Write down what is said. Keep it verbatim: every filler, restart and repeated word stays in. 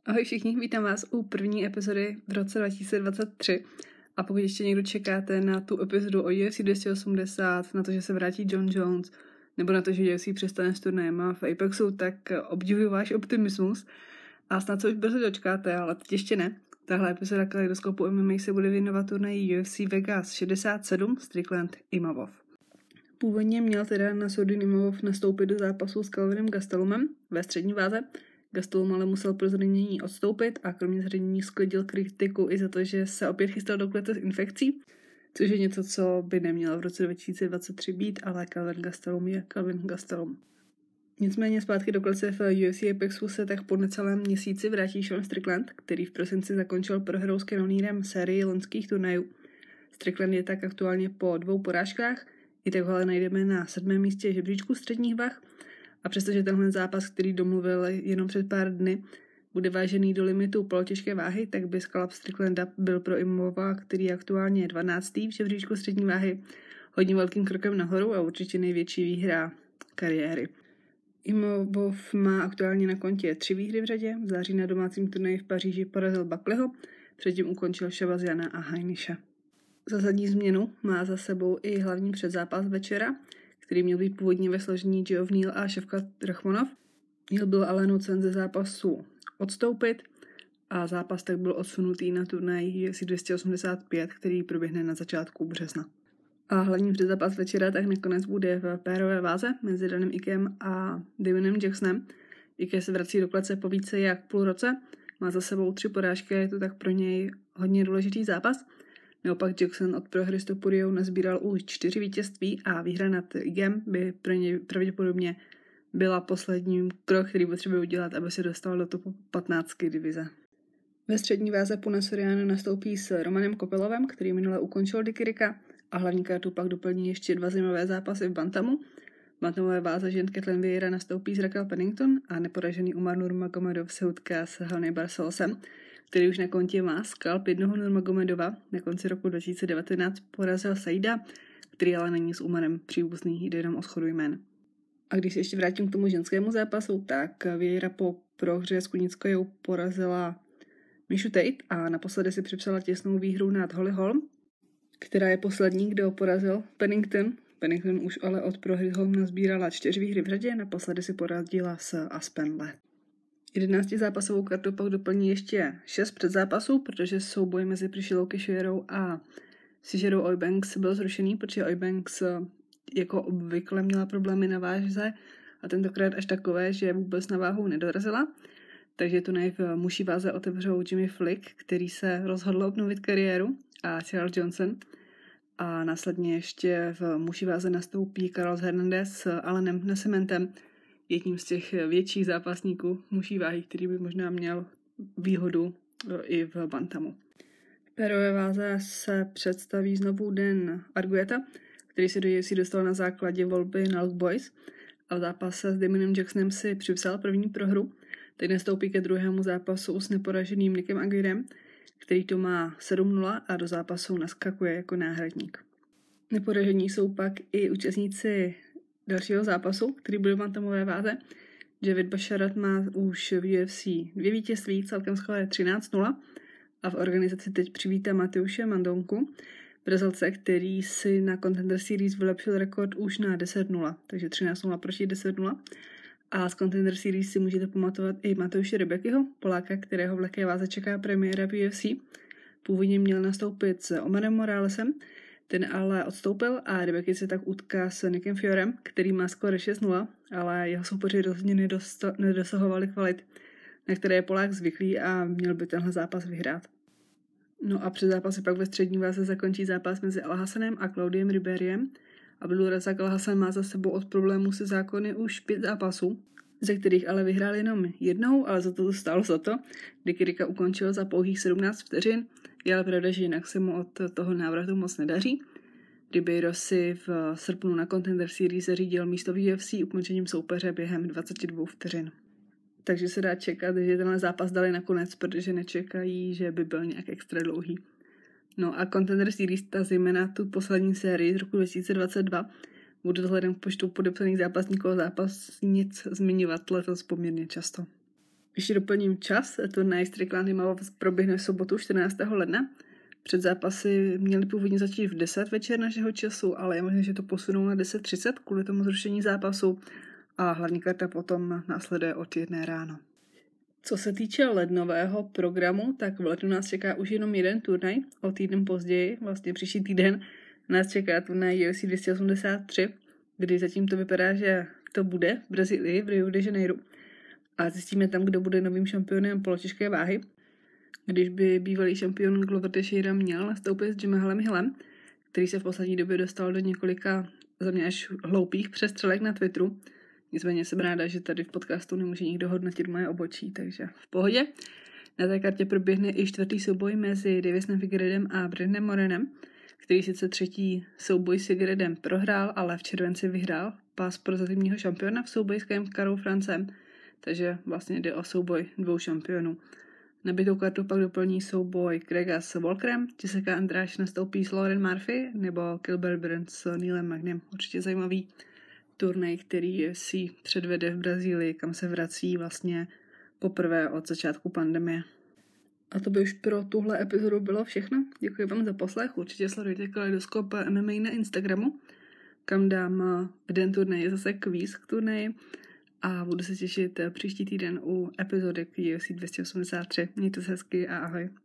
Ahoj všichni, vítám vás u první epizody v roce dva tisíce dvacet tři. A pokud ještě někdo čekáte na tu epizodu o U F C dvě stě osmdesát, na to, že se vrátí John Jones, nebo na to, že U F C přestane s turnajema v Apexu, tak obdivuji váš optimismus a snad se už brzy dočkáte, ale teď ještě ne. Tahle epizoda Kaleidoskopu M M A se bude věnovat turnaji U F C Vegas šedesát sedm Strickland Imavov. Původně měl teda Nassourdine Imavov nastoupit do zápasu s Kelvinem Gastelumem ve střední váze. Gastelum ale musel pro zranění odstoupit a kromě zranění sklidil kritiku i za to, že se opět chystal do klece s infekcí, což je něco, co by nemělo v roce dva tisíce dvacet tři být, ale Kelvin Gastelum je Kelvin Gastelum. Nicméně zpátky do klece v U F C Apexu se tak po necelém měsíci vrátí Sean Strickland, který v prosinci zakončil prohrou s Cannonierem sérii loňských turnajů. Strickland je tak aktuálně po dvou porážkách, i tak ho ale najdeme na sedmém místě žebříčku středních vah. A přestože tenhle zápas, který domluvil jenom před pár dny, bude vážený do limitu polotěžké váhy, tak by skalp Stricklanda byl pro Imavova, který je aktuálně dvanáctý v žebříčku střední váhy, hodně velkým krokem nahoru a určitě největší výhra kariéry. Imavov má aktuálně na kontě tři výhry v řadě. V září na domácím turnaji v Paříži porazil Buckleyho, předtím ukončil Shavaziana a Heinisha. Zásadní změnu má za sebou i hlavní předzápas večera, který měl být původně ve složení Geoff Neal a Shavkat Rakhmonov. Neal byl ale nucen ze zápasu odstoupit a zápas tak byl odsunutý na turnaj U F C dvě stě osmdesát pět, který proběhne na začátku března. A hlavní předzápas večera tak nakonec bude v pérové váze mezi Danem Ickem a Damianem Jacksonem. Ike se vrací do klece po více jak půl roce, má za sebou tři porážky a je to tak pro něj hodně důležitý zápas. Naopak Jackson od prohry s Topuriou nazbíral už čtyři vítězství a výhra nad Igem by pro něj pravděpodobně byla posledním krok, který potřebuje udělat, aby se dostal do topu patnáctky divize. Ve střední váze Puna Soriano nastoupí s Romanem Kopelovem, který minule ukončil Dicky Ricka, a hlavní kartu pak doplní ještě dva zajímavé zápasy v bantamu. V bantamové váze žen Kathleen Vieira nastoupí s Raquel Pennington a neporažený Umar Nurmagomedov se utká s Heleny Barcelosem, který už na kontě má skalp jednoho Nurmagomedova. Na konci roku dva tisíce devatenáct porazil Saida, který ale není s Umarem příbuzný, jde jenom o shodu jmén. A když se ještě vrátím k tomu ženskému zápasu, tak Vieira po prohře s Kunickou porazila Mieshu Tate a naposledy si připsala těsnou výhru nad Holly Holm, která je poslední, kdo porazil Pennington. Pennington už ale od prohry Holm nazbírala čtyři výhry v řadě, naposledy si porazila s Aspen Ladd. jedenáctizápasovou kartu pak doplní ještě šest předzápasů, protože souboj mezi Priscillou Cachoeirou a Cijerou Eubanks byl zrušený, protože Eubanks jako obvykle měla problémy na váze a tentokrát až takové, že vůbec na váhu nedorazila. Takže turnaj v mužší váze otevřou Jimmy Flick, který se rozhodl obnovit kariéru, a Charles Johnson. A následně ještě v mužší váze nastoupí Carlos Hernandez s Alanem Nasementem, jedním z těch větších zápasníků mužší váhy, který by možná měl výhodu i v bantamu. V pérové váze se představí znovu Dan Argueta, který se do U F C dostal na základě volby na Look Boys a v zápase s Damianem Jacksonem si připsal první prohru. Teď nastoupí ke druhému zápasu s neporaženým Nickem Aguirrem, který to má sedm nula a do zápasu naskakuje jako náhradník. Neporažení jsou pak i účastníci dalšího zápasu, který bude v bantamové váze. Javid Basharat má už v U F C dvě vítězství, celkem skvěle třináct nula a v organizaci teď přivítá Mateuše Mandonku, Brazilce, který si na Contender Series vylepšil rekord už na deset nula, takže třináct nula proti deset nula. A z Contender Series si můžete pamatovat i Mateuše Rebekyho, Poláka, kterého v lehké váze čeká premiéra v U F C. Původně měl nastoupit s Omarem Moralesem, ten ale odstoupil a Rebeky se tak utká s Nickem Fiorem, který má skóre šest nula, ale jeho soupeři rozhodně nedosta- nedosahovali kvalit, na které je Polák zvyklý a měl by tenhle zápas vyhrát. No a před zápasy pak ve střední váze zakončí zápas mezi Al Hassanem a Claudiem Riberiem. Abdulrazak Al Hassan má za sebou od problémů se zákony už pět zápasů, ze kterých ale vyhrál jenom jednou, ale za to to stálo za to. Dicky Ricka ukončil za pouhých sedmnáct vteřin, je ale pravda, že jinak se mu od toho návratu moc nedaří. Ribeiro si v srpnu na Contender Series zařídil místo v U F C ukončením soupeře během dvacet dva vteřin. Takže se dá čekat, že tenhle zápas dali nakonec, protože nečekají, že by byl nějak extra dlouhý. No a Contender Series, ta zejména tu poslední sérii z roku dva tisíce dvacet dva, budu vzhledem k počtu podepsaných zápasníků a zápasnic zmiňovat letos poměrně často. Ještě doplním čas, turnaj Strickland Imavov proběhne v sobotu čtrnáctého ledna. Před zápasy měly původně začít v deset večer našeho času, ale je možné, že to posunou na deset třicet kvůli tomu zrušení zápasu a hlavní karta potom následuje od jedné ráno. Co se týče lednového programu, tak v lednu nás čeká už jenom jeden turnaj, o týden později, vlastně příští týden, nás čeká turnaj U F C dvě stě osmdesát tři, kdy zatím to vypadá, že to bude v Brazílii, v Rio de Janeiro. A zjistíme tam, kdo bude novým šampionem polotěžké váhy. Když by bývalý šampion Glover Teixeira měl nastoupit s Jamalem Hillem, který se v poslední době dostal do několika za mě až hloupých přestřelek na Twitteru. Nicméně jsem ráda, že tady v podcastu nemůže nikdo hodnotit moje obočí, takže v pohodě. Na té kartě proběhne i čtvrtý souboj mezi Davisem Figueiredem a Brandonem Moranem, který sice třetí souboj s Figueiredem prohrál, ale v červenci vyhrál pás prozatímního šampiona v souboji s Karlem Francem, takže vlastně jde o souboj dvou šampionů. Nabitou kartu pak doplní souboj Craiga s Walkerem, Jessica Andrade nastoupí s Lauren Murphy nebo Gilbert Burns s Neilem Magnem. Určitě zajímavý turnaj, který si předvede v Brazílii, kam se vrací vlastně poprvé od začátku pandemie. A to by už pro tuhle epizodu bylo všechno. Děkuji vám za poslech. Určitě sledujte Kaleidoskop M M A na Instagramu, kam dám jeden turnaj zase kvíz k turnaji a budu se těšit příští týden u epizody k U F C dvě stě osmdesát tři. Mějte se hezky a ahoj.